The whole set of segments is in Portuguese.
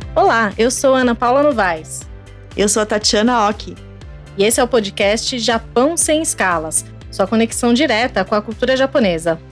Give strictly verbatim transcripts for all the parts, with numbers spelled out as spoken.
Olá, eu sou Ana Paula Novaes. Eu sou a Tatiana Oki. E esse é o podcast Japão Sem Escalas, sua conexão direta com a cultura japonesa.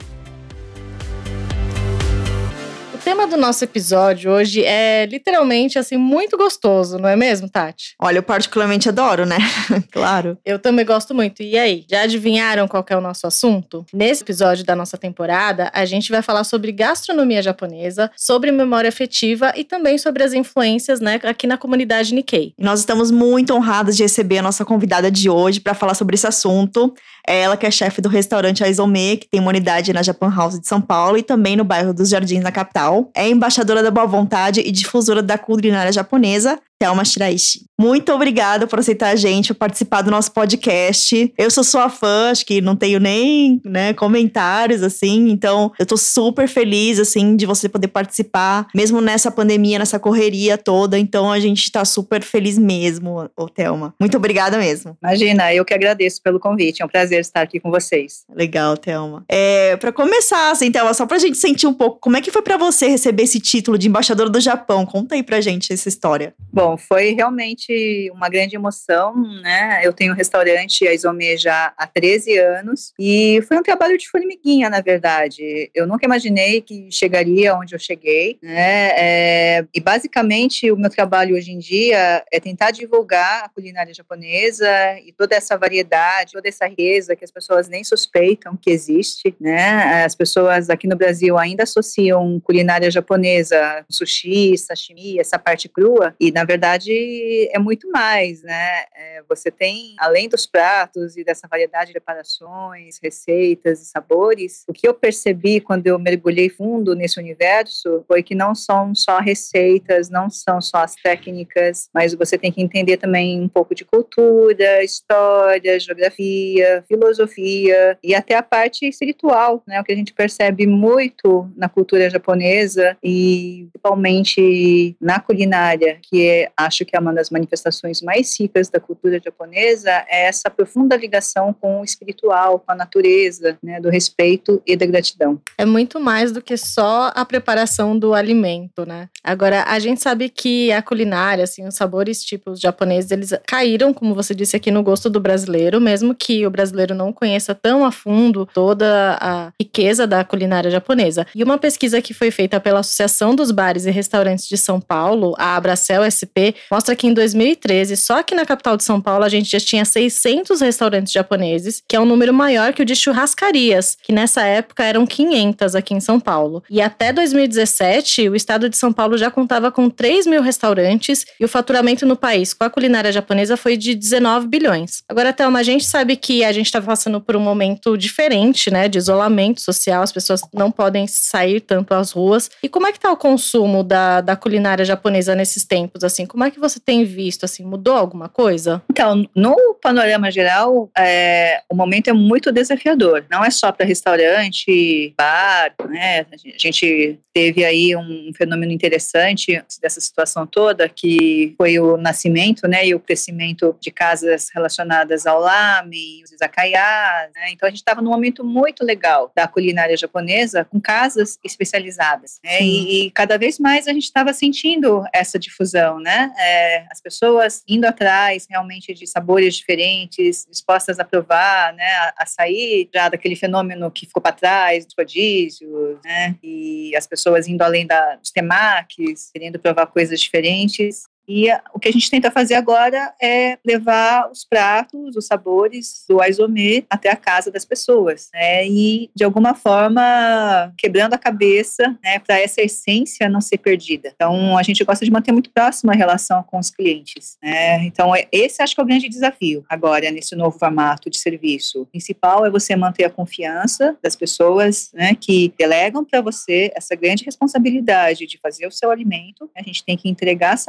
O tema do nosso episódio hoje é literalmente assim muito gostoso, não é mesmo, Tati? Olha, eu particularmente adoro, né? Claro. Eu também gosto muito. E aí, já adivinharam qual que é o nosso assunto? Nesse episódio da nossa temporada, a gente vai falar sobre gastronomia japonesa, sobre memória afetiva e também sobre as influências, né, aqui na comunidade Nikkei. Nós estamos muito honrados de receber a nossa convidada de hoje para falar sobre esse assunto. É ela que é chefe do restaurante Aizome, que tem uma unidade na Japan House de São Paulo e também no bairro dos Jardins, na capital. É embaixadora da boa vontade e difusora da culinária japonesa, Thelma Shiraishi. Muito obrigada por aceitar a gente, por participar do nosso podcast. Eu sou sua fã, acho que não tenho nem, né, comentários, assim. Então, eu tô super feliz, assim, de você poder participar, mesmo nessa pandemia, nessa correria toda. Então, a gente tá super feliz mesmo, ô Thelma. Muito obrigada mesmo. Imagina, eu que agradeço pelo convite. É um prazer estar aqui com vocês. Legal, Thelma. É, pra começar, assim, Thelma, só pra gente sentir um pouco, como é que foi pra você receber esse título de embaixadora do Japão? Conta aí pra gente essa história. Bom, foi realmente uma grande emoção, né? Eu tenho um restaurante Aizome já há treze anos e foi um trabalho de formiguinha, na verdade. Eu nunca imaginei que chegaria onde eu cheguei, né? É, e basicamente o meu trabalho hoje em dia é tentar divulgar a culinária japonesa e toda essa variedade, toda essa riqueza que as pessoas nem suspeitam que existe, né? As pessoas aqui no Brasil ainda associam culinária japonesa, sushi, sashimi, essa parte crua, e na verdade é muito mais, né? É, você tem, além dos pratos e dessa variedade de preparações, receitas e sabores, o que eu percebi quando eu mergulhei fundo nesse universo foi que não são só receitas, não são só as técnicas, mas você tem que entender também um pouco de cultura, história, geografia, filosofia e até a parte espiritual, né? O que a gente percebe muito na cultura japonesa e principalmente na culinária, que é, acho que é uma das manifestações mais ricas da cultura japonesa, é essa profunda ligação com o espiritual, com a natureza, né, do respeito e da gratidão. É muito mais do que só a preparação do alimento, né? Agora, a gente sabe que a culinária, assim, os sabores tipos japoneses, eles caíram, como você disse aqui, no gosto do brasileiro, mesmo que o brasileiro não conheça tão a fundo toda a riqueza da culinária japonesa. E uma pesquisa que foi feita pela Associação dos Bares e Restaurantes de São Paulo, a Abracel S P, mostra que em dois mil e treze, só aqui na capital de São Paulo, a gente já tinha seiscentos restaurantes japoneses, que é um número maior que o de churrascarias, que nessa época eram quinhentas aqui em São Paulo. E até dois mil e dezessete, o estado de São Paulo já contava com três mil restaurantes e o faturamento no país com a culinária japonesa foi de dezenove bilhões. Agora, Thelma, a gente sabe que a gente está passando por um momento diferente, né, de isolamento social, as pessoas não podem sair tanto às ruas. E como é que tá o consumo da, da culinária japonesa nesses tempos, assim? Como é que você tem visto, assim, mudou alguma coisa? Então, no panorama geral, é, o momento é muito desafiador. Não é só para restaurante, bar, né? A gente teve aí um fenômeno interessante dessa situação toda, que foi o nascimento, né, e o crescimento de casas relacionadas ao lamen, os izakayas, né? Então, a gente estava num momento muito legal da culinária japonesa, com casas especializadas, né? E, e cada vez mais a gente estava sentindo essa difusão, né? É, as pessoas indo atrás realmente de sabores diferentes, dispostas a provar, né, a, a sair já daquele fenômeno que ficou para trás, dos rodízios, né, e as pessoas indo além da, dos temakis, querendo provar coisas diferentes. E o que a gente tenta fazer agora é levar os pratos, os sabores do Aizome até a casa das pessoas, né? E, de alguma forma, quebrando a cabeça, né, para essa essência não ser perdida. Então, a gente gosta de manter muito próxima a relação com os clientes, né? Então, esse acho que é o grande desafio agora, nesse novo formato de serviço. O principal é você manter a confiança das pessoas, né, que delegam para você essa grande responsabilidade de fazer o seu alimento. A gente tem que entregar sabor,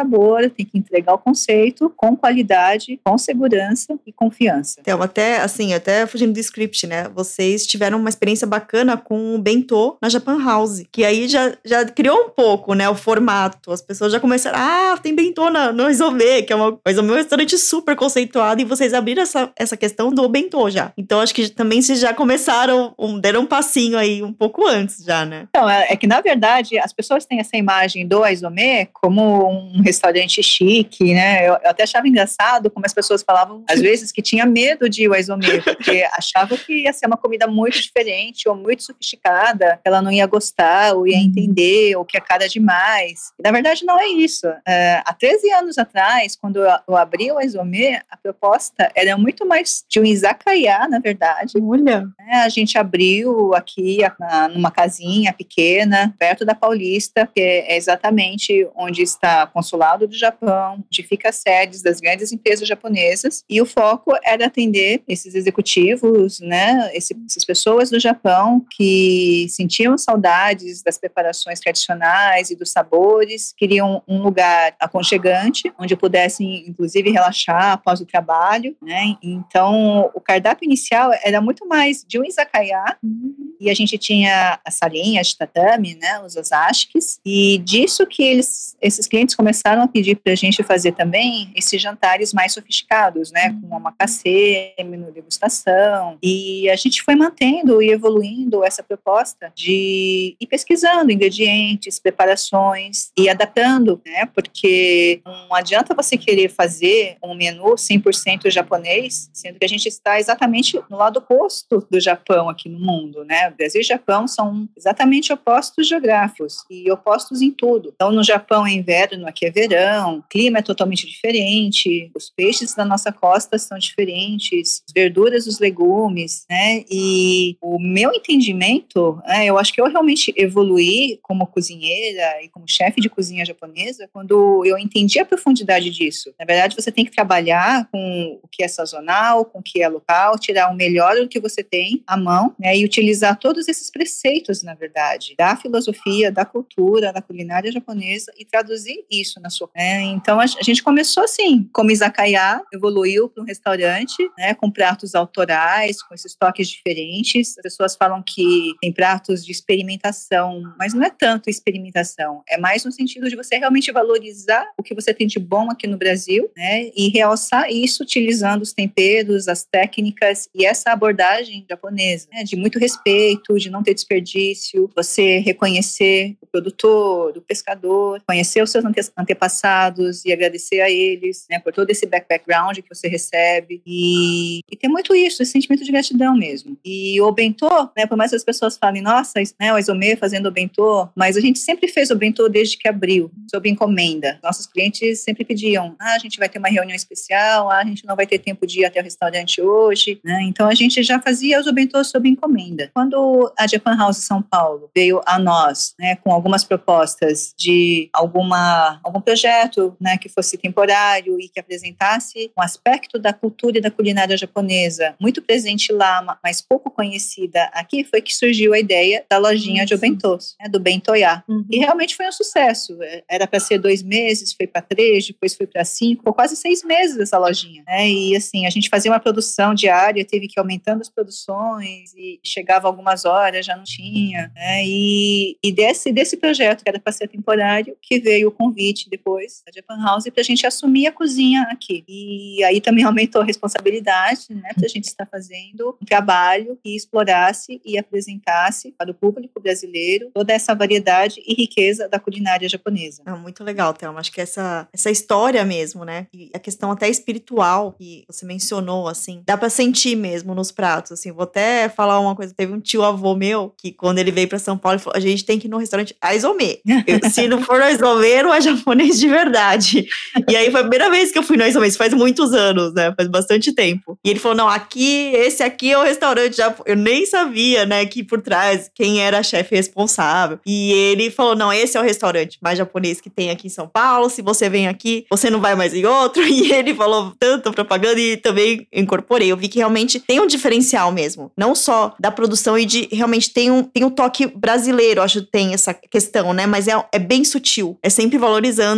brasileiro tem que entregar o conceito com qualidade, com segurança e confiança. Então, até assim, até fugindo do script, né? Vocês tiveram uma experiência bacana com o bentô na Japan House, que aí já, já criou um pouco, né, o formato. As pessoas já começaram, ah, tem bentô na, no Aizome, que é uma coisa, um restaurante super conceituado, e vocês abriram essa, essa questão do bentô já. Então, acho que também vocês já começaram, um, deram um passinho aí um pouco antes já, né? Então, é, é que, na verdade, as pessoas têm essa imagem do Aizome como um restaurante chique, né? Eu, eu até achava engraçado como as pessoas falavam, às vezes, que tinha medo de ir ao Aizome, porque achavam que ia ser uma comida muito diferente ou muito sofisticada, ela não ia gostar ou ia entender, ou que é cara demais. E, na verdade, não é isso. É, há treze anos atrás, quando eu, eu abri o Aizome, a proposta era muito mais de um izakaya, na verdade. Olha! É, a gente abriu aqui a, numa casinha pequena, perto da Paulista, que é exatamente onde está o consulado do Japão, onde fica as sedes das grandes empresas japonesas, e o foco era atender esses executivos, né, esse, essas pessoas do Japão que sentiam saudades das preparações tradicionais e dos sabores, queriam um lugar aconchegante, onde pudessem, inclusive, relaxar após o trabalho, né? Então, o cardápio inicial era muito mais de um izakaya, uhum. E a gente tinha a salinha de tatame, né, os osashikis, e disso que eles, esses clientes começaram a pedir para a gente fazer também esses jantares mais sofisticados, né, com omakase, menu degustação, e a gente foi mantendo e evoluindo essa proposta de ir pesquisando ingredientes, preparações e adaptando, né, porque não adianta você querer fazer um menu cem por cento japonês, sendo que a gente está exatamente no lado oposto do Japão aqui no mundo, né? Brasil e Japão são exatamente opostos geográficos e opostos em tudo. Então, no Japão é inverno, aqui é verão, o clima é totalmente diferente, os peixes da nossa costa são diferentes, as verduras, os legumes, né? E o meu entendimento, né, eu acho que eu realmente evoluí como cozinheira e como chefe de cozinha japonesa quando eu entendi a profundidade disso. Na verdade, você tem que trabalhar com o que é sazonal, com o que é local, tirar o melhor do que você tem à mão, né, e utilizar todos esses preceitos, na verdade, da filosofia, da cultura, da culinária japonesa e traduzir isso na sua... Né? Então, a gente começou assim, como izakaya, evoluiu para um restaurante, né, com pratos autorais, com esses toques diferentes. As pessoas falam que tem pratos de experimentação, mas não é tanto experimentação, é mais no sentido de você realmente valorizar o que você tem de bom aqui no Brasil, né, e realçar isso utilizando os temperos, as técnicas e essa abordagem japonesa, né, de muito respeito, de não ter desperdício, você reconhecer o produtor, o pescador, conhecer os seus ante- antepassados e agradecer a eles, né, por todo esse background que você recebe e, e ter muito isso, esse sentimento de gratidão mesmo. E o bentô, né, por mais que as pessoas falem, nossa, né, o Aizome fazendo o bentô, mas a gente sempre fez o bentô desde que abriu, sob encomenda. Nossos clientes sempre pediam, ah, a gente vai ter uma reunião especial, ah, a gente não vai ter tempo de ir até o restaurante hoje, né? Então a gente já fazia os bentôs sob encomenda. Quando a Japan House São Paulo veio a nós, né, com algumas propostas de alguma, algum projeto, né, que fosse temporário e que apresentasse um aspecto da cultura e da culinária japonesa muito presente lá, mas pouco conhecida aqui, foi que surgiu a ideia da lojinha de obentôs, né, do Bentoyá. Uhum. E realmente foi um sucesso. Era para ser dois meses, foi para três, depois foi para cinco, foi quase seis meses essa lojinha. Né? E assim, a gente fazia uma produção diária, teve que ir aumentando as produções e chegava algumas horas, já não tinha. Né? E, e desse, desse projeto, que era para ser temporário, que veio o convite depois da Japan House para a gente assumir a cozinha aqui. E aí também aumentou a responsabilidade, né, para a gente estar fazendo um trabalho que explorasse e apresentasse para o público brasileiro toda essa variedade e riqueza da culinária japonesa. Ah, muito legal, Thelma. Acho que essa, essa história mesmo, né? E a questão até espiritual que você mencionou, assim, dá pra sentir mesmo nos pratos, assim. Vou até falar uma coisa. Teve um tio-avô meu que, quando ele veio pra São Paulo, ele falou, a gente tem que ir no restaurante Aizome. Se não for no Aizome, não é japonês de verdade. E aí foi a primeira vez que eu fui no Aizome. Isso faz muitos anos, né? Faz bastante tempo. E ele falou, não, aqui, esse aqui é o restaurante japonês. Eu nem sabia, né, que por trás, quem era a chefe responsável. E ele falou, não, esse é o restaurante mais japonês que tem aqui em São Paulo. Se você vem aqui, você não vai mais em outro. E ele falou tanta propaganda e também incorporei. Eu vi que realmente tem um diferencial mesmo. Não só da produção e de realmente tem um, tem um toque brasileiro, acho que tem essa questão, né? Mas é, é bem sutil. É sempre valorizando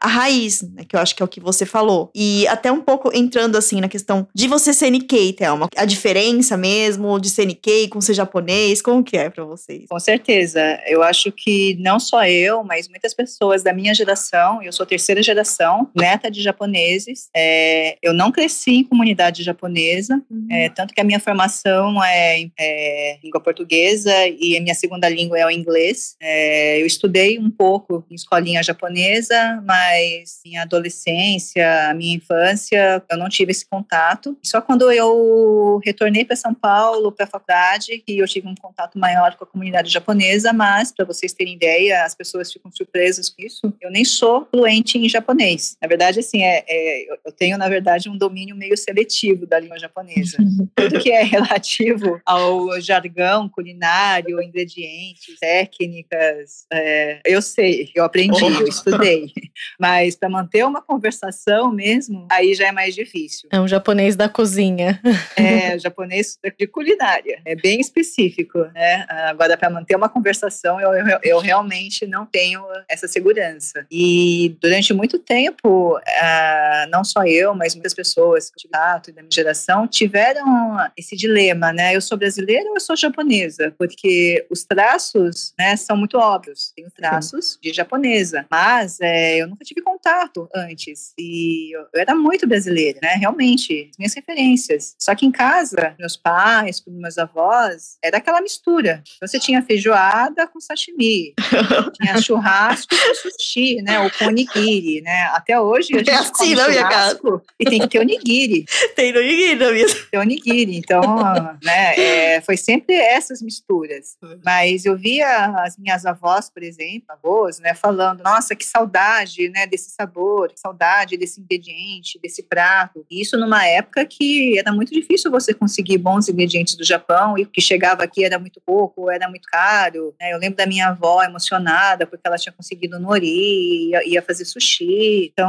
a raiz, né, que eu acho que é o que você falou. E até um pouco entrando assim na questão de você ser Nikkei, Thelma. A diferença mesmo de ser Nikkei com ser japonês, como que é pra vocês? Com certeza. Eu acho que não só eu, mas muitas pessoas da minha geração, eu sou terceira geração, neta de japoneses, é, eu não cresci em comunidade japonesa, uhum. é, tanto que a minha formação é, é língua portuguesa e a minha segunda língua é o inglês. É, eu estudei um pouco em escolinha japonesa, mas minha adolescência, minha infância, eu não tive esse contato. Só quando eu retornei para São Paulo, para a faculdade, que eu tive um contato maior com a comunidade japonesa, mas, para vocês terem ideia, as pessoas ficam surpresas com isso, eu nem sou fluente em japonês. Na verdade, assim, é, é, eu tenho, na verdade, um domínio meio seletivo da língua japonesa. Tudo que é relativo ao jargão culinário, ingredientes, técnicas, é, eu sei, eu aprendi, oh. eu estudei. Mas para manter uma conversação mesmo, aí já é mais difícil. É um japonês da cozinha. É, japonês de culinária. É bem específico, né? Agora, para manter uma conversação, eu, eu, eu realmente não tenho essa segurança. E durante muito tempo, uh, não só eu, mas muitas pessoas que e da minha geração tiveram esse dilema, né? Eu sou brasileira ou eu sou japonesa? Porque os traços, né, são muito óbvios. Tenho traços Sim. de japonesa, mas é, eu nunca tive contato antes. E eu, eu era muito brasileira, né? Realmente, minhas referências. Só que em casa, meus pais, com meus avós, era aquela mistura. Você tinha feijoada com sashimi, tinha churrasco com sushi, né? Ou com onigiri, né? Até hoje a gente é assim, come churrasco e tem que ter onigiri. Tem onigiri na minha... Tem onigiri. Então, né? É, foi sempre essas misturas. Mas eu via as minhas avós, por exemplo, avós, né? Falando, nossa, que saudade, né? Desse sabor, que saudade desse ingrediente, desse prato. E isso numa época que era muito difícil você conseguir bons ingredientes do Japão e o que chegava aqui era muito pouco, era muito caro. Né? Eu lembro da minha avó emocionada porque ela tinha conseguido nori, ia, ia fazer sushi. Então,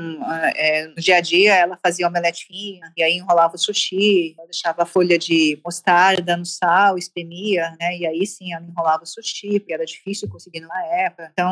é, no dia a dia, ela fazia omelete fina e aí enrolava o sushi, ela deixava a folha de mostarda no sal, espremia, né? E aí sim, ela enrolava o sushi, porque era difícil conseguir na época. Então,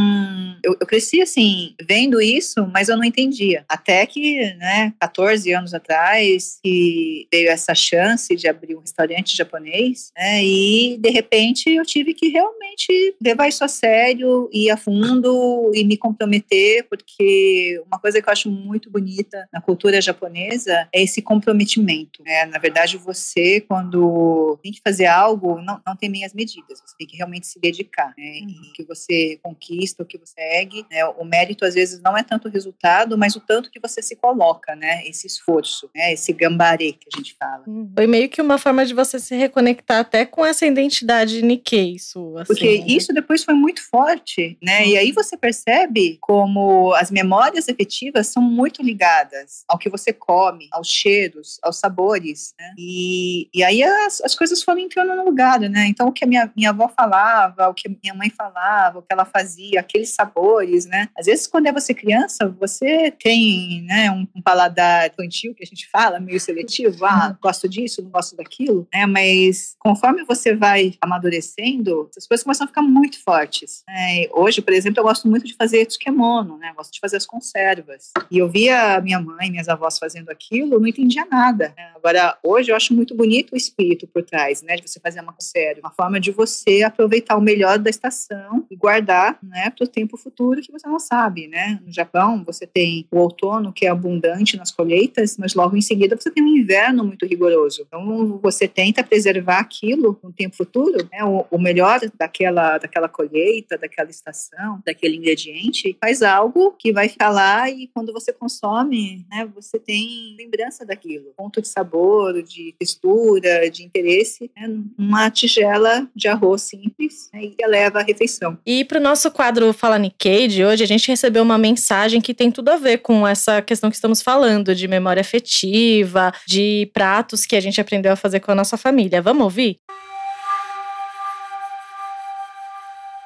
eu, eu cresci assim, vendo isso, mas eu não entendia. Até que, né, catorze anos atrás, que veio essa chance de abrir um restaurante japonês, né? E, de repente, eu tive que realmente levar isso a sério, ir a fundo e me comprometer, porque uma coisa que eu acho muito bonita na cultura japonesa é esse comprometimento. Né? Na verdade, você, quando tem que fazer algo, não, não tem meias medidas, você tem que realmente se dedicar. Né? Uhum. E o que você conquista, o que você segue, né? O mérito, às vezes, não é tanto o resultado, mas o tanto que você se coloca, né? Esse esforço, né? Esse gambare que a gente fala. Foi meio que uma forma de você se reconectar até com essa identidade Nikkei sua. Assim, Porque né? isso depois foi muito forte, né? Uhum. E aí você percebe como as memórias afetivas são muito ligadas ao que você come, aos cheiros, aos sabores, né? E, e aí as, as coisas foram entrando no lugar, né? Então o que a minha, minha avó falava, o que a minha mãe falava, o que ela fazia, aqueles sabores, né? Às vezes quando é você criança, você tem, né, um, um paladar infantil, que a gente fala, meio seletivo, ah, gosto disso, não gosto daquilo, né? Mas conforme você vai amadurecendo, essas coisas começam a ficar muito fortes. Né? Hoje, por exemplo, eu gosto muito de fazer tsukemono, né? Gosto de fazer as conservas. E eu via minha mãe, minhas avós fazendo aquilo, eu não entendia nada. Né? Agora, hoje eu acho muito bonito o espírito por trás, né? De você fazer uma conserva, uma forma de você aproveitar o melhor da estação e guardar, né, para o tempo futuro que você não sabe, né? No Japão, você tem o outono, que é abundante nas colheitas, mas logo em seguida você tem um inverno muito rigoroso. Então, você tenta preservar aquilo no tempo futuro, né? O, o melhor daquela, daquela colheita, daquela estação, daquele ingrediente, faz algo que vai ficar lá e quando você consome, né, você tem lembrança daquilo. Ponto de sabor, de textura, de interesse, né? Uma tigela de arroz simples, né, e eleva a refeição. E para o nosso quadro Fala Nikkei de hoje, a gente recebeu uma mensagem que tem tudo a ver com essa questão que estamos falando, de memória afetiva, de pratos que a gente aprendeu a fazer com a nossa família. Vamos ouvir?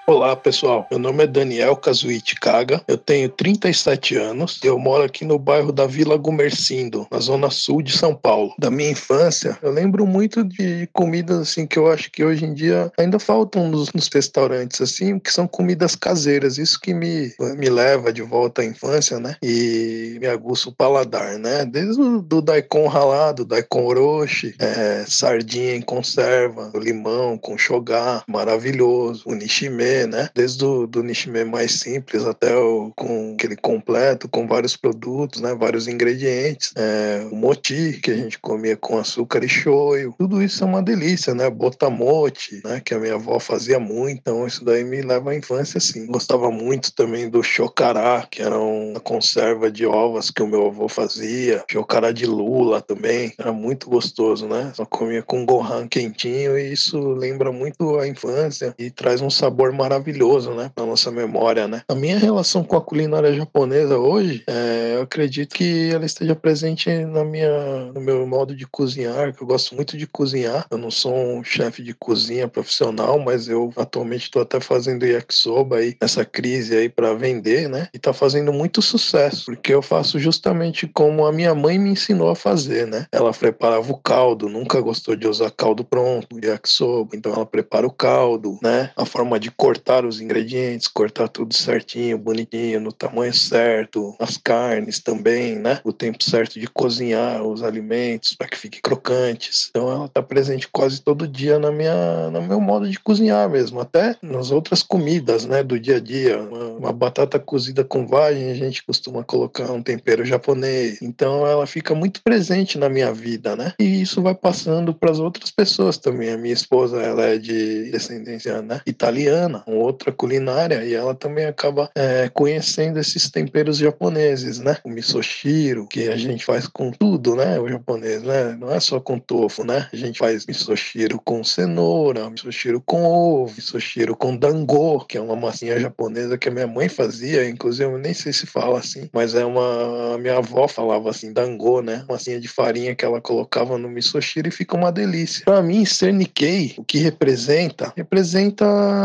Olá, pessoal. Meu nome é Daniel Kazuichi Kaga. Eu tenho trinta e sete anos e eu moro aqui no bairro da Vila Gumercindo, na zona sul de São Paulo. Da minha infância, eu lembro muito de comidas assim que eu acho que hoje em dia ainda faltam nos, nos restaurantes, assim, que são comidas caseiras. Isso que me, me leva de volta à infância, né? E me aguça o paladar, né? Desde o do daikon ralado, daikon orochi, é, sardinha em conserva, o limão com shogar, maravilhoso, o nishime, né? Desde o do nishime mais simples até o com aquele completo, com vários produtos, né? Vários ingredientes. É, o moti, que a gente comia com açúcar e shoyu. Tudo isso é uma delícia, né? Botamote, né? Que a minha avó fazia muito. Então isso daí me leva à infância, sim. Gostava muito também do shokará, que era uma conserva de ovas que o meu avô fazia. Shokará de lula também. Era muito gostoso, né? Só comia com gohan quentinho e isso lembra muito a infância e traz um sabor maravilhoso, né, para nossa memória, né. A minha relação com a culinária japonesa hoje, é, eu acredito que ela esteja presente na minha, no meu modo de cozinhar, que eu gosto muito de cozinhar. Eu não sou um chefe de cozinha profissional, mas eu atualmente estou até fazendo yakisoba aí, nessa crise aí para vender, né, e tá fazendo muito sucesso, porque eu faço justamente como a minha mãe me ensinou a fazer, né. Ela preparava o caldo, nunca gostou de usar caldo pronto, yakisoba, então ela prepara o caldo, né, a forma de cortar os ingredientes, cortar tudo certinho, bonitinho, no tamanho certo, as carnes também, né? O tempo certo de cozinhar os alimentos para que fiquem crocantes. Então ela está presente quase todo dia na minha, no meu modo de cozinhar mesmo, até nas outras comidas, né, do dia a dia. Uma, uma batata cozida com vagem, a gente costuma colocar um tempero japonês. Então ela fica muito presente na minha vida, né? E isso vai passando para as outras pessoas também. A minha esposa, ela é de descendência, né, italiana, uma outra culinária, e ela também acaba é, conhecendo esses temperos japoneses, né? O misoshiro, que a gente faz com tudo, né? O japonês, né? Não é só com tofu, né? A gente faz misoshiro com cenoura, misoshiro com ovo, misoshiro com dango, que é uma massinha japonesa que a minha mãe fazia, inclusive eu nem sei se fala assim, mas é uma... a minha avó falava assim, dango, né? Massinha de farinha que ela colocava no misoshiro e fica uma delícia. Pra mim, ser Nikkei, o que representa? Representa,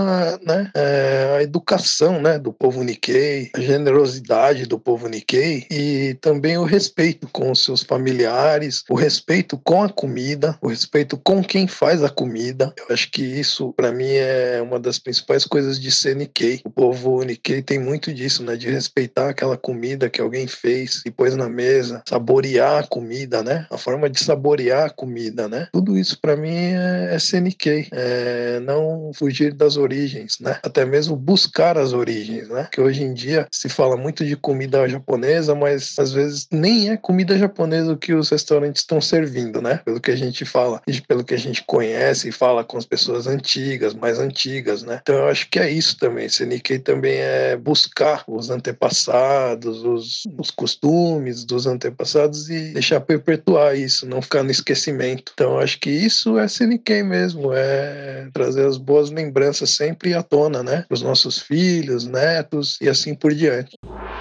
né, é, a educação, né, do povo Nikkei, a generosidade do povo Nikkei e também o respeito com os seus familiares, o respeito com a comida, o respeito com quem faz a comida. Eu acho que isso, para mim, é uma das principais coisas de ser Nikkei. O povo Nikkei tem muito disso, né, de respeitar aquela comida que alguém fez e pôs na mesa, saborear a comida, né, a forma de saborear a comida, né. Tudo isso, para mim, é, é ser Nikkei. É, não fugir das origens, né? Até mesmo buscar as origens, né? Que hoje em dia se fala muito de comida japonesa, mas às vezes nem é comida japonesa o que os restaurantes estão servindo, né? Pelo que a gente fala, e pelo que a gente conhece e fala com as pessoas antigas, mais antigas, né? Então eu acho que é isso também. Ser Nikkei também é buscar os antepassados, os, os costumes dos antepassados e deixar perpetuar isso, não ficar no esquecimento. Então eu acho que isso é ser Nikkei mesmo, é trazer as boas lembranças sempre à tona, né? Para os nossos filhos, netos e assim por diante.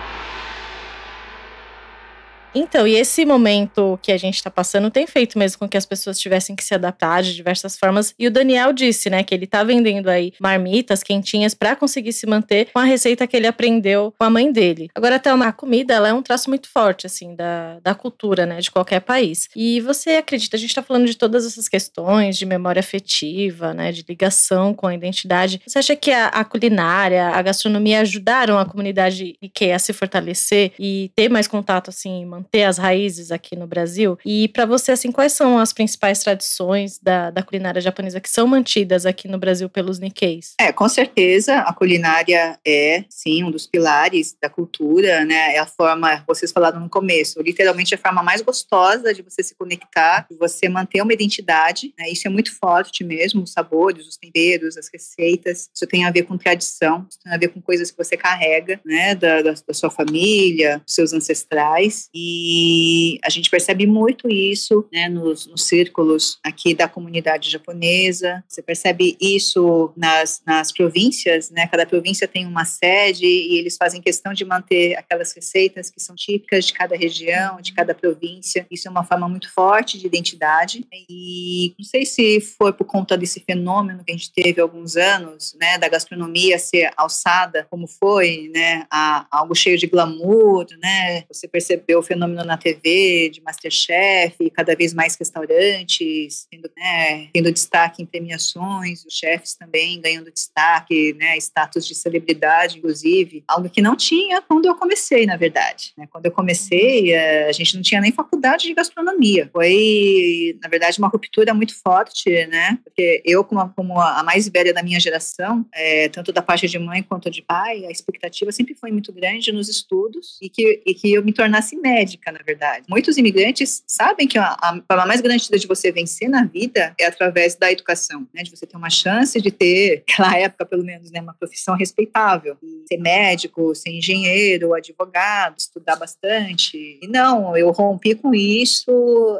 Então, e esse momento que a gente está passando tem feito mesmo com que as pessoas tivessem que se adaptar de diversas formas. E o Daniel disse, né, que ele tá vendendo aí marmitas quentinhas para conseguir se manter com a receita que ele aprendeu com a mãe dele. Agora, até a comida, ela é um traço muito forte, assim, da, da cultura, né, de qualquer país. E você acredita, a gente tá falando de todas essas questões de memória afetiva, né, de ligação com a identidade. Você acha que a, a culinária, a gastronomia ajudaram a comunidade Nikkei a se fortalecer e ter mais contato, assim, ter as raízes aqui no Brasil? E para você, assim, quais são as principais tradições da, da culinária japonesa que são mantidas aqui no Brasil pelos Nikkeis? É, com certeza, a culinária é, sim, um dos pilares da cultura, né? É a forma, vocês falaram no começo, literalmente a forma mais gostosa de você se conectar, de você manter uma identidade, né? Isso é muito forte mesmo, os sabores, os temperos, as receitas, isso tem a ver com tradição, isso tem a ver com coisas que você carrega, né? Da, da, da sua família, dos seus ancestrais, e E a gente percebe muito isso, né, nos, nos círculos aqui da comunidade japonesa. Você percebe isso nas, nas províncias, né? Cada província tem uma sede e eles fazem questão de manter aquelas receitas que são típicas de cada região, de cada província. Isso é uma forma muito forte de identidade. E não sei se foi por conta desse fenômeno que a gente teve há alguns anos, né, da gastronomia ser alçada como foi, né, a, algo cheio de glamour, né? Você percebeu o fenômeno na T V de MasterChef, cada vez mais restaurantes tendo, né, tendo destaque em premiações, os chefes também ganhando destaque, né, status de celebridade, inclusive, algo que não tinha quando eu comecei, na verdade. Né? Quando eu comecei, a gente não tinha nem faculdade de gastronomia. Foi, na verdade, uma ruptura muito forte, né? Porque eu, como a, como a mais velha da minha geração, é, tanto da parte de mãe quanto de pai, a expectativa sempre foi muito grande nos estudos e que, e que eu me tornasse médica, na verdade. Muitos imigrantes sabem que a, a forma mais garantida de você vencer na vida é através da educação, né? De você ter uma chance de ter, naquela época, pelo menos, né, uma profissão respeitável. E ser médico, ser engenheiro, advogado, estudar bastante. E não, eu rompi com isso,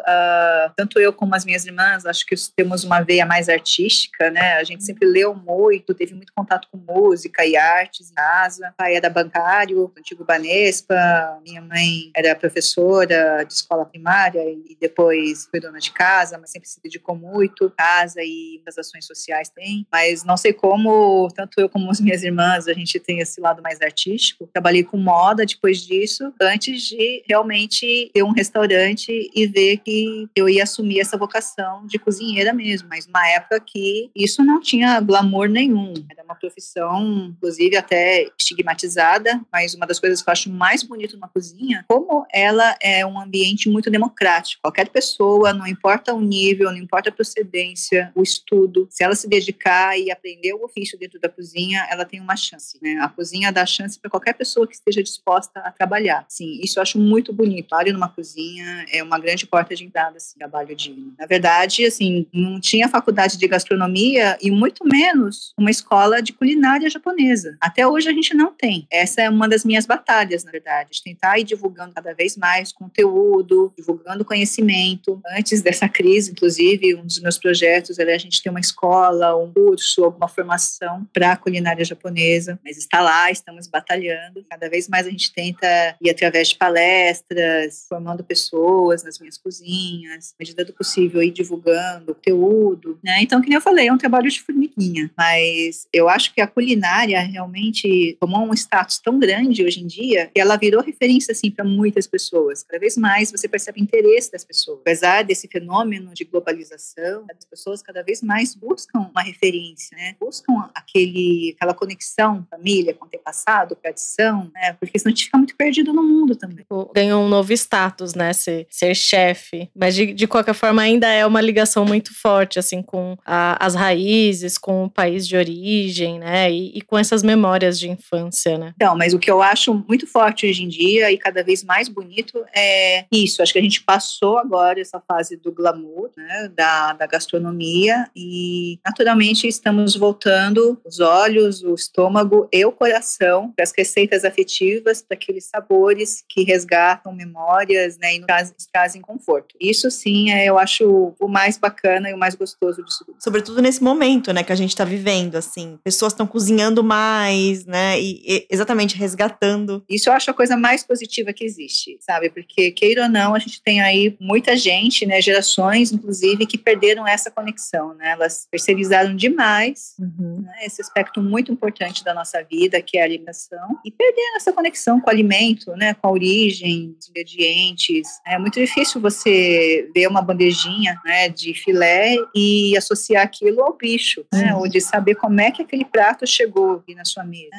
uh, tanto eu como as minhas irmãs, acho que temos uma veia mais artística, né? A gente sempre leu muito, teve muito contato com música e artes em casa. O pai era bancário, antigo Banespa, minha mãe era professora de escola primária e depois foi dona de casa, mas sempre se dedicou muito à casa e às ações sociais também. Mas não sei como, tanto eu como as minhas irmãs, a gente tem esse lado mais artístico. Trabalhei com moda depois disso, antes de realmente ter um restaurante e ver que eu ia assumir essa vocação de cozinheira mesmo. Mas numa época que isso não tinha glamour nenhum. Era uma profissão, inclusive, até estigmatizada, mas uma das coisas que eu acho mais bonito numa cozinha, como ela é um ambiente muito democrático. Qualquer pessoa, não importa o nível, não importa a procedência, o estudo, se ela se dedicar e aprender o ofício dentro da cozinha, ela tem uma chance, né? A cozinha dá chance para qualquer pessoa que esteja disposta a trabalhar. Sim, isso eu acho muito bonito. Trabalho numa cozinha é uma grande porta de entrada, assim, trabalho digno. Na verdade, assim, não tinha faculdade de gastronomia e muito menos uma escola de culinária japonesa. Até hoje a gente não tem. Essa é uma das minhas batalhas, na verdade, de tentar ir divulgando cada vez mais conteúdo, divulgando conhecimento. Antes dessa crise, inclusive, um dos meus projetos era a gente ter uma escola, um curso, alguma formação para a culinária japonesa, mas está lá, estamos batalhando. Cada vez mais a gente tenta ir através de palestras, formando pessoas nas minhas cozinhas, na medida do possível, ir divulgando conteúdo, né? Então, que nem eu falei, é um trabalho de formiguinha, mas eu acho que a culinária realmente tomou um status tão grande hoje em dia que ela virou referência, assim, para muitas pessoas. Cada vez mais você percebe o interesse das pessoas. Apesar desse fenômeno de globalização, as pessoas cada vez mais buscam uma referência, né? Buscam aquele, aquela conexão, família, com o antepassado, tradição, né? Porque senão a gente fica muito perdido no mundo também. Ganhou um novo status, né? Ser, ser chefe. Mas de, de qualquer forma ainda é uma ligação muito forte, assim, com a, as raízes, com o país de origem, né? E, e com essas memórias de infância, né? Então, mas o que eu acho muito forte hoje em dia e cada vez mais bonito é isso. Acho que a gente passou agora essa fase do glamour, né? Da, da gastronomia e naturalmente estamos voltando os olhos, o estômago e o coração para as receitas afetivas, para aqueles sabores que resgatam memórias, né, e nos trazem, trazem conforto. Isso sim, é, eu acho o mais bacana e o mais gostoso disso tudo. Sobretudo nesse momento, né, que a gente tá vivendo, assim. Pessoas estão cozinhando mais, né, e, e exatamente resgatando. Isso eu acho a coisa mais positiva que existe, sabe? Porque, queira ou não, a gente tem aí muita gente, né, gerações, inclusive, que perderam essa conexão, né? Elas terceirizaram demais, Uhum. né, esse aspecto muito importante da nossa vida, que é a alimentação, e perderam essa conexão com o alimento, né, com a origem, os ingredientes. É muito difícil você ver uma bandejinha, né, de filé e associar aquilo ao bicho, né, ou de saber como é que aquele prato chegou aqui na sua mesa.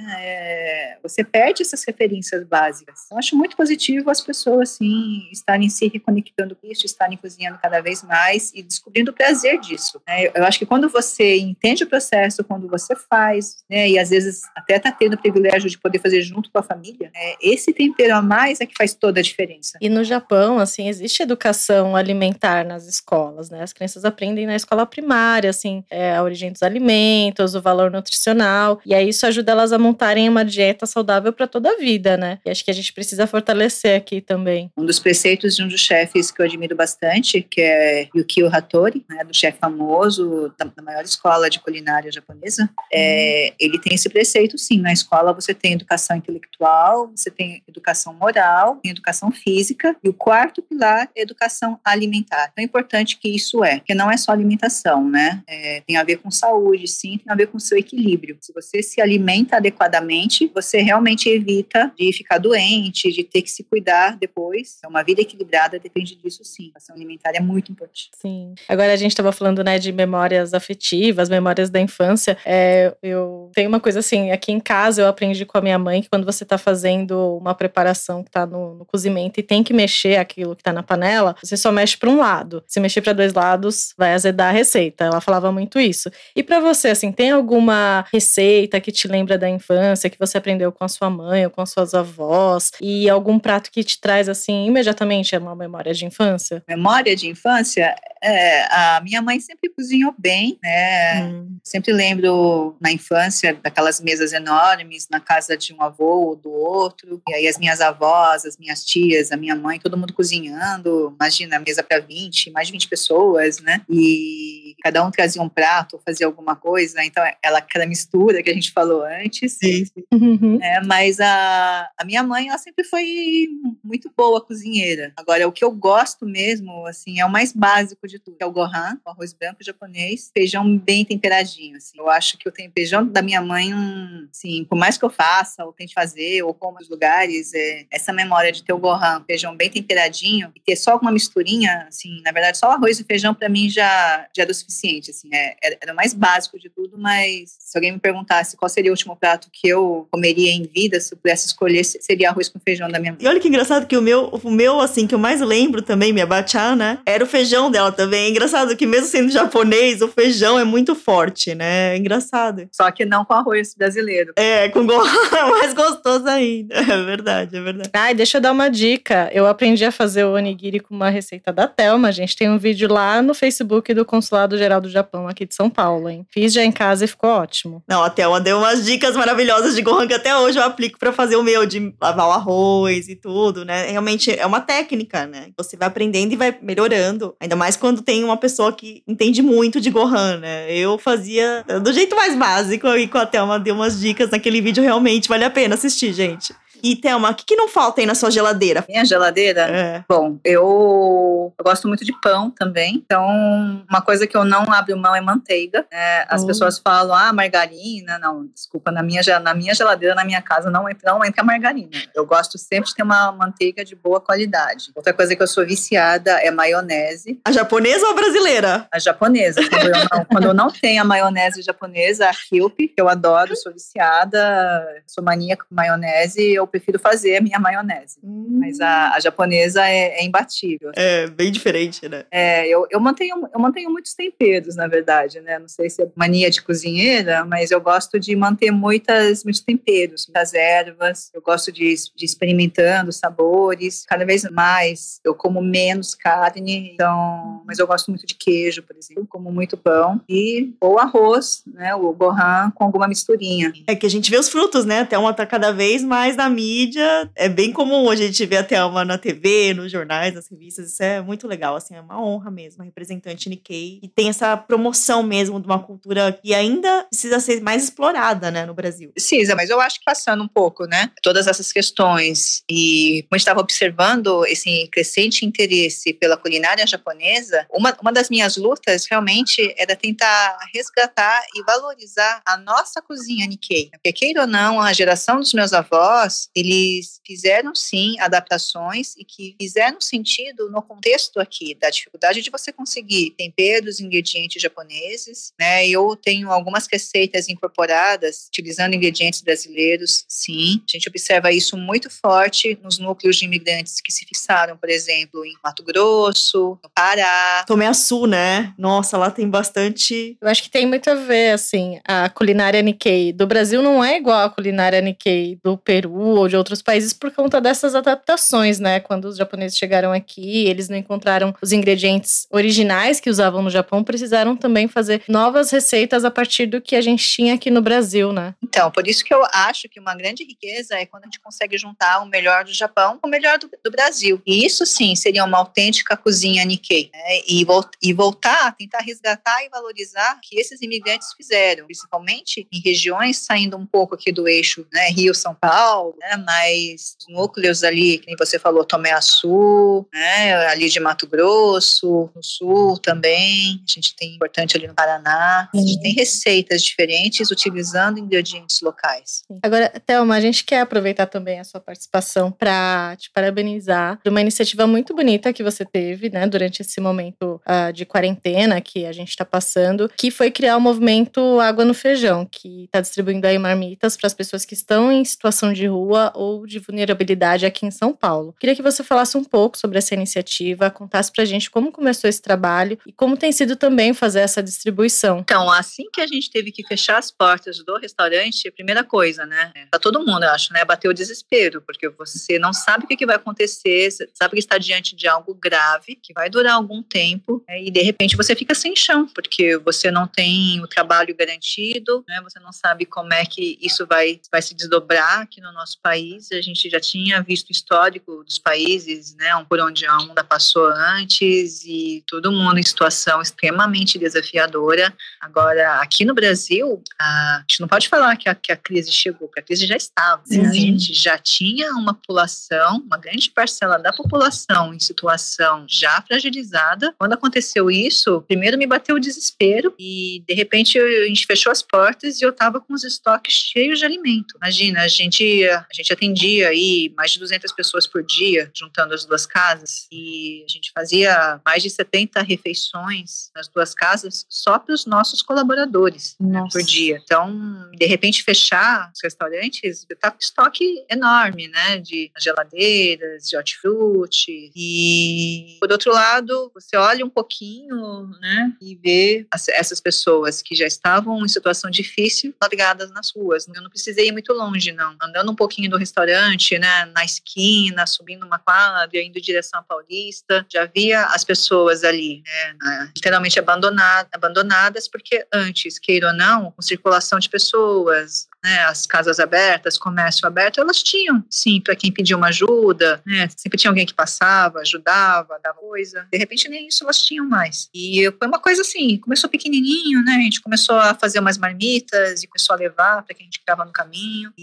É, você perde essas referências básicas. Eu acho muito positivo as pessoas, assim, estarem se reconectando com isso, estarem cozinhando cada vez mais e descobrindo o prazer disso. Né? Eu acho que quando você entende o processo, quando você faz, né, e às vezes até está tendo o privilégio de poder fazer junto com a família, é, esse tempero a mais é que faz toda a diferença. E no Japão, assim, existe educação alimentar nas escolas, né? As crianças aprendem na escola primária, assim, é, a origem dos alimentos, o valor nutricional, e aí isso ajuda elas a montarem uma dieta saudável para toda a vida, né? E acho que a gente precisa fortalecer aqui também. Um dos preceitos de um dos chefes que eu admiro bastante, que é Yukio Hattori, né, do chefe famoso da, da maior escola de culinária japonesa, é, ele tem esse preceito, sim. Na escola você tem educação intelectual, você tem educação moral, tem educação física, e o quarto pilar é educação alimentar. Então é importante que isso é, porque não é só alimentação, né? É, tem a ver com saúde, sim, tem a ver com o seu equilíbrio. Se você se alimenta adequadamente, você realmente evita de ficar doente, de ter que se cuidar depois. Então, uma vida equilibrada depende disso, sim. A educação alimentar é muito importante. Sim. Agora a gente estava falando, né, de memórias afetivas, memórias da infância. É, eu tenho uma coisa assim, aqui em casa eu aprendi com a minha mãe que quando você está fazendo uma preparação que está no, no cozimento e tem que mexer aquilo que está na panela, você só mexe para um lado. Se mexer para dois lados, vai azedar a receita. Ela falava muito isso. E para você, assim, tem alguma receita que te lembra da infância, que você aprendeu com a sua mãe ou com as suas avós, e algum prato que te traz, assim, imediatamente uma memória de infância? Memória de infância? É, a minha mãe sempre cozinhou bem, né? Hum. Sempre lembro na infância daquelas mesas enormes na casa de um avô ou do outro, e aí as minhas avós, as minhas tias, a minha mãe, todo mundo cozinhando. Imagina, mesa para vinte, mais de vinte pessoas, né? E cada um trazia um prato, fazia alguma coisa, então ela, aquela mistura que a gente falou antes. Sim. Uhum. É, mas a, a minha mãe, ela sempre foi muito boa cozinheira. Agora, o que eu gosto mesmo, assim, é o mais básico de tudo, que é o gohan, o arroz branco japonês, feijão bem temperadinho, assim. Eu acho que o feijão da minha mãe, um, assim, por mais que eu faça, ou tente fazer, ou como nos lugares, é, essa memória de ter o gohan, feijão bem temperadinho, e ter só alguma misturinha, assim, na verdade, só o arroz e feijão pra mim já, já era o suficiente, assim, é, era o mais básico de tudo, mas se alguém me perguntasse qual seria o último prato que eu comeria em vida, se eu pudesse escolher, seria arroz com feijão da minha mãe. E olha que engraçado que o meu, o meu, assim, que eu mais lembro também, minha bachá, né, era o feijão dela também. É engraçado que mesmo sendo japonês, o feijão é muito forte, né? É engraçado. Só que não com arroz brasileiro. É, com gohan é mais gostoso ainda. É verdade, é verdade. Ai, deixa eu dar uma dica. Eu aprendi a fazer o onigiri com uma receita da Thelma. A gente tem um vídeo lá no Facebook do Consulado Geral do Japão, aqui de São Paulo, hein? Fiz já em casa e ficou ótimo. Não, a Thelma deu umas dicas maravilhosas de gohan que até hoje eu aplico pra fazer o meu, de lavar o arroz e tudo, né? Realmente é uma técnica, né? Você vai aprendendo e vai melhorando. Ainda mais quando tem uma pessoa que entende muito de gohan, né? Eu fazia do jeito mais básico e com a Thelma deu umas dicas naquele vídeo, realmente vale a pena assistir, gente. E, Thelma, o que, que não falta aí na sua geladeira? Minha geladeira? É. Bom, eu, eu gosto muito de pão também. Então, uma coisa que eu não abro mão é manteiga. É, as oh. pessoas falam, ah, margarina. Não, desculpa, na minha, na minha geladeira, na minha casa, não entra, não entra margarina. Eu gosto sempre de ter uma manteiga de boa qualidade. Outra coisa que eu sou viciada é maionese. A japonesa ou a brasileira? A japonesa. Quando eu não, quando eu não tenho a maionese japonesa, a Kewpie, que eu adoro, sou viciada, sou maníaca com maionese, eu prefiro fazer a minha maionese. Hum. Mas a, a japonesa é, é imbatível. É, bem diferente, né? É, eu, eu, mantenho, eu mantenho muitos temperos, na verdade, né? Não sei se é mania de cozinheira, mas eu gosto de manter muitas, muitos temperos, muitas ervas. Eu gosto de, de experimentando sabores. Cada vez mais eu como menos carne, então, mas eu gosto muito de queijo, por exemplo. Eu como muito pão e ou arroz, né? O gohan com alguma misturinha. É que a gente vê os frutos, né? Até uma tá cada vez mais na mídia. É bem comum a gente ver até uma na T V, nos jornais, nas revistas. Isso é muito legal, assim, é uma honra mesmo. Uma representante Nikkei. E tem essa promoção mesmo de uma cultura que ainda precisa ser mais explorada, né, no Brasil. Precisa, mas eu acho que passando um pouco, né, todas essas questões e como a gente estava observando esse crescente interesse pela culinária japonesa, uma, uma das minhas lutas realmente era tentar resgatar e valorizar a nossa cozinha Nikkei. Porque, queira ou não, a geração dos meus avós, eles fizeram sim adaptações e que fizeram sentido no contexto aqui da dificuldade de você conseguir temperos, ingredientes japoneses, né? Eu tenho algumas receitas incorporadas utilizando ingredientes brasileiros, sim. A gente observa isso muito forte nos núcleos de imigrantes que se fixaram, por exemplo, em Mato Grosso, no Pará. Tomeaçu, né? Nossa, lá tem bastante... Eu acho que tem muito a ver, assim, a culinária Nikkei do Brasil não é igual a culinária Nikkei do Peru ou de outros países por conta dessas adaptações, né? Quando os japoneses chegaram aqui, eles não encontraram os ingredientes originais que usavam no Japão, precisaram também fazer novas receitas a partir do que a gente tinha aqui no Brasil, né? Então, por isso que eu acho que uma grande riqueza é quando a gente consegue juntar o melhor do Japão com o melhor do, do Brasil. E isso sim seria uma autêntica cozinha Nikkei, né? E, vo- e voltar, tentar resgatar e valorizar o que esses imigrantes fizeram, principalmente em regiões saindo um pouco aqui do eixo, né, Rio-São Paulo, né, mas núcleos ali, que nem você falou, Tomé-Açu, né, ali de Mato Grosso, no sul também, a gente tem importante ali no Paraná, a gente tem receitas diferentes utilizando ingredientes locais. Agora, Thelma, a gente quer aproveitar também a sua participação para te parabenizar por uma iniciativa muito bonita que você teve, né, durante esse momento uh, de quarentena que a gente está passando, que foi criar o movimento Água no Feijão, que está distribuindo aí marmitas para as pessoas que estão em situação de rua ou de vulnerabilidade aqui em São Paulo. Queria que você falasse um pouco sobre essa iniciativa, contasse pra gente como começou esse trabalho e como tem sido também fazer essa distribuição. Então, assim que a gente teve que fechar as portas do restaurante, a primeira coisa, né, pra todo mundo, eu acho, né, bateu o desespero, porque você não sabe o que, que vai acontecer, você sabe que está diante de algo grave, que vai durar algum tempo, né, e de repente você fica sem chão, porque você não tem o trabalho garantido, né, você não sabe como é que isso vai, vai se desdobrar aqui no nosso país. A gente já tinha visto o histórico dos países, né, por onde a onda passou antes, e todo mundo em situação extremamente desafiadora. Agora, aqui no Brasil, a gente não pode falar que a, que a crise chegou, porque a crise já estava. Né? A gente já tinha uma população, uma grande parcela da população em situação já fragilizada. Quando aconteceu isso, primeiro me bateu o desespero e, de repente, a gente fechou as portas e eu estava com os estoques cheios de alimento. Imagina, a gente, a gente atendia aí mais de duzentas pessoas por dia, juntando as duas casas, e a gente fazia mais de setenta refeições nas duas casas só para os nossos colaboradores, né, por dia. Então, de repente, fechar os restaurantes, tá com estoque enorme, né, de geladeiras, de hortifruti. E, por outro lado, você olha um pouquinho, né, e vê as, essas pessoas que já estavam em situação difícil, largadas nas ruas. Eu não precisei ir muito longe, não. Andando um pouquinho do restaurante, né, na esquina, subindo uma quadra, indo em direção à Paulista, já via as pessoas ali, né, literalmente abandonadas, abandonadas, porque antes, queira ou não, com circulação de pessoas, né, as casas abertas, comércio aberto, elas tinham, sim, para quem pedia uma ajuda, né, sempre tinha alguém que passava, ajudava, dava coisa. De repente, nem isso elas tinham mais. E foi uma coisa assim, começou pequenininho, né, a gente começou a fazer umas marmitas e começou a levar para quem a gente estava no caminho.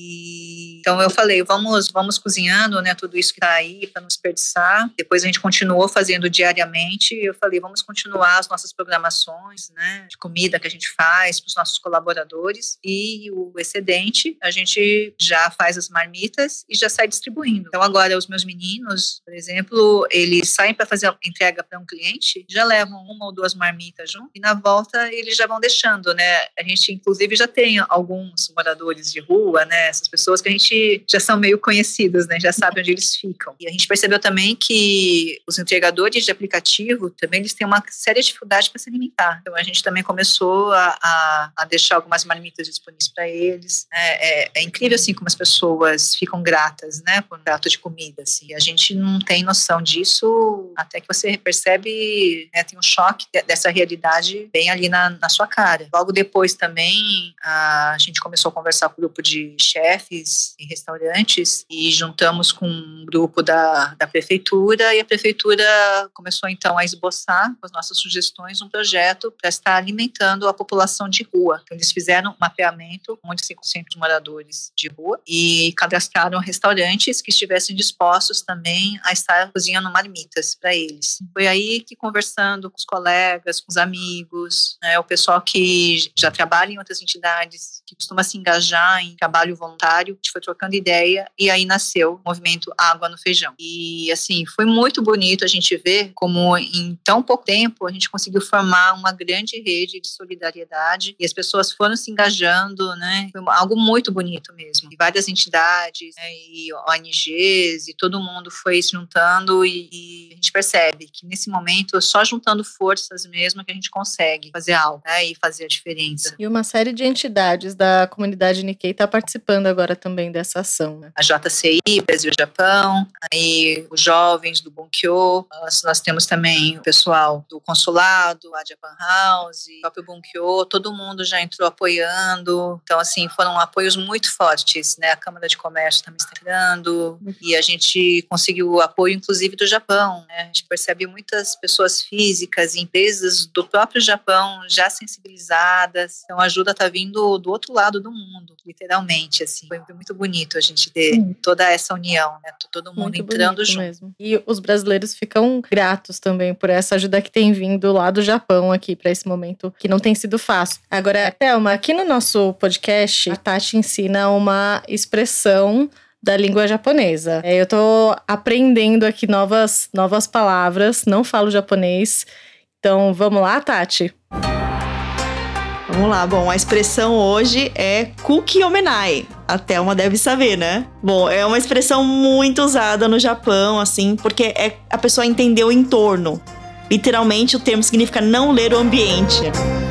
E então eu falei, vamos, vamos cozinhando, né, tudo isso que está aí para não desperdiçar. Depois a gente continuou fazendo diariamente. Eu falei, vamos continuar as nossas programações, né, de comida que a gente faz para os nossos colaboradores, e o excedente a gente já faz as marmitas e já sai distribuindo. Então agora os meus meninos, por exemplo, eles saem para fazer a entrega para um cliente, já levam uma ou duas marmitas junto e na volta eles já vão deixando, né? A gente inclusive já tem alguns moradores de rua, né? Essas pessoas que a gente já são meio conhecidos, né? Já sabe onde eles ficam. E a gente percebeu também que os entregadores de aplicativo também eles têm uma séria dificuldade para se alimentar. Então a gente também começou a, a, a deixar algumas marmitas disponíveis para eles. É, é, é incrível assim como as pessoas ficam gratas, né, por um prato de comida, assim. A gente não tem noção disso até que você percebe, né, tem um choque dessa realidade bem ali na, na sua cara. Logo depois também a gente começou a conversar com um grupo de chefes em restaurantes e juntamos com um grupo da, da prefeitura, e a prefeitura começou então a esboçar com as nossas sugestões um projeto para estar alimentando a população de rua. Então, eles fizeram um mapeamento com muitos de moradores de rua e cadastraram restaurantes que estivessem dispostos também a estar cozinhando marmitas para eles. Foi aí que, conversando com os colegas, com os amigos, né, o pessoal que já trabalha em outras entidades, que costuma se engajar em trabalho voluntário, a gente foi trocando ideia e aí nasceu o movimento Água no Feijão. E assim, foi muito bonito a gente ver como em tão pouco tempo a gente conseguiu formar uma grande rede de solidariedade e as pessoas foram se engajando, né? Foi algo muito bonito mesmo. E várias entidades, né, e O N Gs, e todo mundo foi se juntando e, e a gente percebe que nesse momento, só juntando forças mesmo que a gente consegue fazer algo, né, e fazer a diferença. E uma série de entidades da comunidade Nikkei está participando agora também dessa relação, né? A J C I, Brasil-Japão, aí os jovens do Bunkyo, nós, nós temos também o pessoal do consulado, a Japan House, o próprio Bunkyo, todo mundo já entrou apoiando, então assim, foram apoios muito fortes, né? A Câmara de Comércio também está entrando, e a gente conseguiu o apoio inclusive do Japão, né? A gente percebe muitas pessoas físicas, empresas do próprio Japão já sensibilizadas, então a ajuda está vindo do outro lado do mundo, literalmente, assim, foi muito bonito a gente ter hum. toda essa união, né? Todo mundo muito entrando junto. Mesmo. E os brasileiros ficam gratos também por essa ajuda que tem vindo lá do Japão aqui para esse momento que não tem sido fácil. Agora, Thelma, aqui no nosso podcast, a Tati ensina uma expressão da língua japonesa. Eu tô aprendendo aqui novas, novas palavras, não falo japonês. Então, vamos lá, Tati? Vamos lá, bom, a expressão hoje é kuki omenai. A Thelma deve saber, né? Bom, é uma expressão muito usada no Japão, assim, porque é a pessoa entender o entorno. Literalmente, o termo significa não ler o ambiente.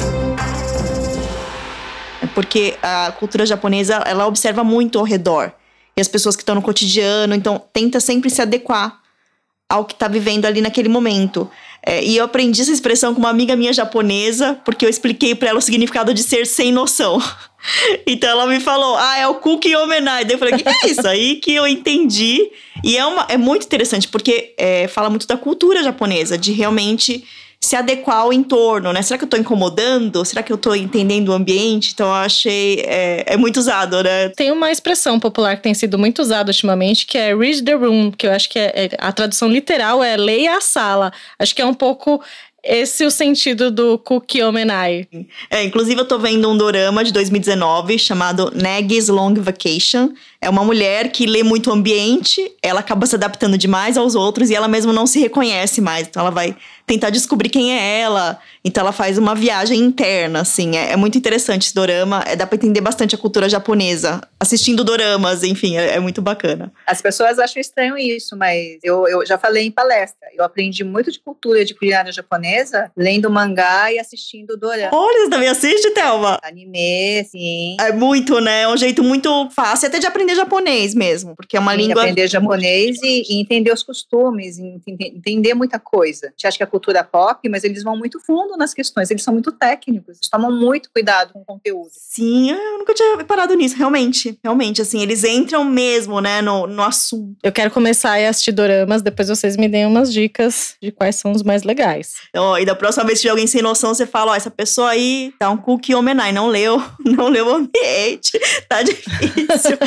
É porque a cultura japonesa, ela observa muito ao redor. E as pessoas que estão no cotidiano, então tenta sempre se adequar ao que está vivendo ali naquele momento. É, e eu aprendi essa expressão com uma amiga minha japonesa, porque eu expliquei para ela o significado de ser sem noção. Então ela me falou, ah, é o kuki omenai. Daí eu falei, que é isso? Aí que eu entendi. E é, uma, é muito interessante, porque é, fala muito da cultura japonesa, de realmente se adequar ao entorno, né? Será que eu tô incomodando? Será que eu tô entendendo o ambiente? Então eu achei, é, é muito usado, né? Tem uma expressão popular que tem sido muito usada ultimamente, que é read the room, que eu acho que é, é, a tradução literal é leia a sala. Acho que é um pouco esse o sentido do kuki omenai. É, inclusive eu tô vendo um dorama de dois mil e dezenove chamado Nagi's Long Vacation. É uma mulher que lê muito o ambiente, ela acaba se adaptando demais aos outros e ela mesma não se reconhece mais. Então ela vai tentar descobrir quem é ela. Então ela faz uma viagem interna, assim. É, é muito interessante esse dorama. É, dá pra entender bastante a cultura japonesa. Assistindo doramas, enfim, é, é muito bacana. As pessoas acham estranho isso, mas eu, eu já falei em palestra. Eu aprendi muito de cultura de culinária japonesa lendo mangá e assistindo dorama. Olha, você também assiste, Thelma? Anime, sim. É muito, né? É um jeito muito fácil até de aprender japonês mesmo, porque é uma sim, língua... aprender japonês e, e entender os costumes, entender, entender muita coisa. A gente acha que a cultura pop, mas eles vão muito fundo nas questões, eles são muito técnicos, eles tomam muito cuidado com o conteúdo. Sim, eu nunca tinha parado nisso, realmente, realmente, assim, eles entram mesmo, né, no, no assunto. Eu quero começar a assistir doramas, depois vocês me deem umas dicas de quais são os mais legais. Então, e da próxima vez que tiver alguém sem noção, você fala, ó, essa pessoa aí tá um kuki omenai, não leu, não leu o ambiente, tá difícil.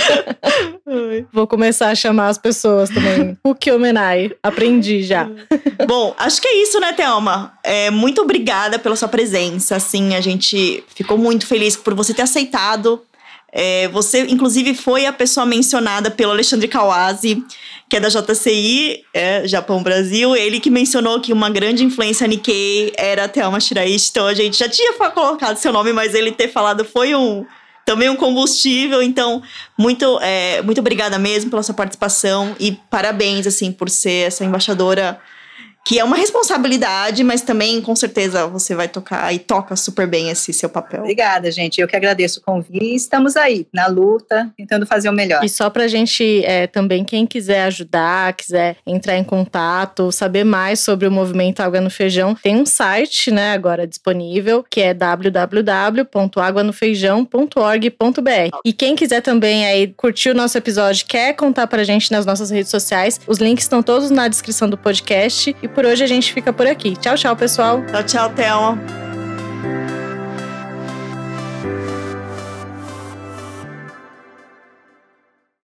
Vou começar a chamar as pessoas também. Kuki omenai, aprendi já. Bom, acho que é isso, né, Thelma? É, muito obrigada pela sua presença, assim, a gente ficou muito feliz por você ter aceitado. É, você, inclusive, foi a pessoa mencionada pelo Alexandre Kawase, que é da J C I, é, Japão Brasil, ele que mencionou que uma grande influência Nikkei era a Thelma Shiraishi, então a gente já tinha colocado seu nome, mas ele ter falado foi um... também um combustível, então muito, é, muito obrigada mesmo pela sua participação e parabéns, assim, por ser essa embaixadora que é uma responsabilidade, mas também, com certeza, você vai tocar e toca super bem esse seu papel. Obrigada, gente. Eu que agradeço o convite. E estamos aí, na luta, tentando fazer o melhor. E só pra gente, é, também, quem quiser ajudar, quiser entrar em contato, saber mais sobre o movimento Água no Feijão, tem um site, né, agora disponível, que é w w w ponto água no feijão ponto org ponto b r. E quem quiser também aí curtir o nosso episódio, quer contar pra gente nas nossas redes sociais, os links estão todos na descrição do podcast. E por hoje a gente fica por aqui. Tchau, tchau, pessoal. Tchau, tchau, Thelma.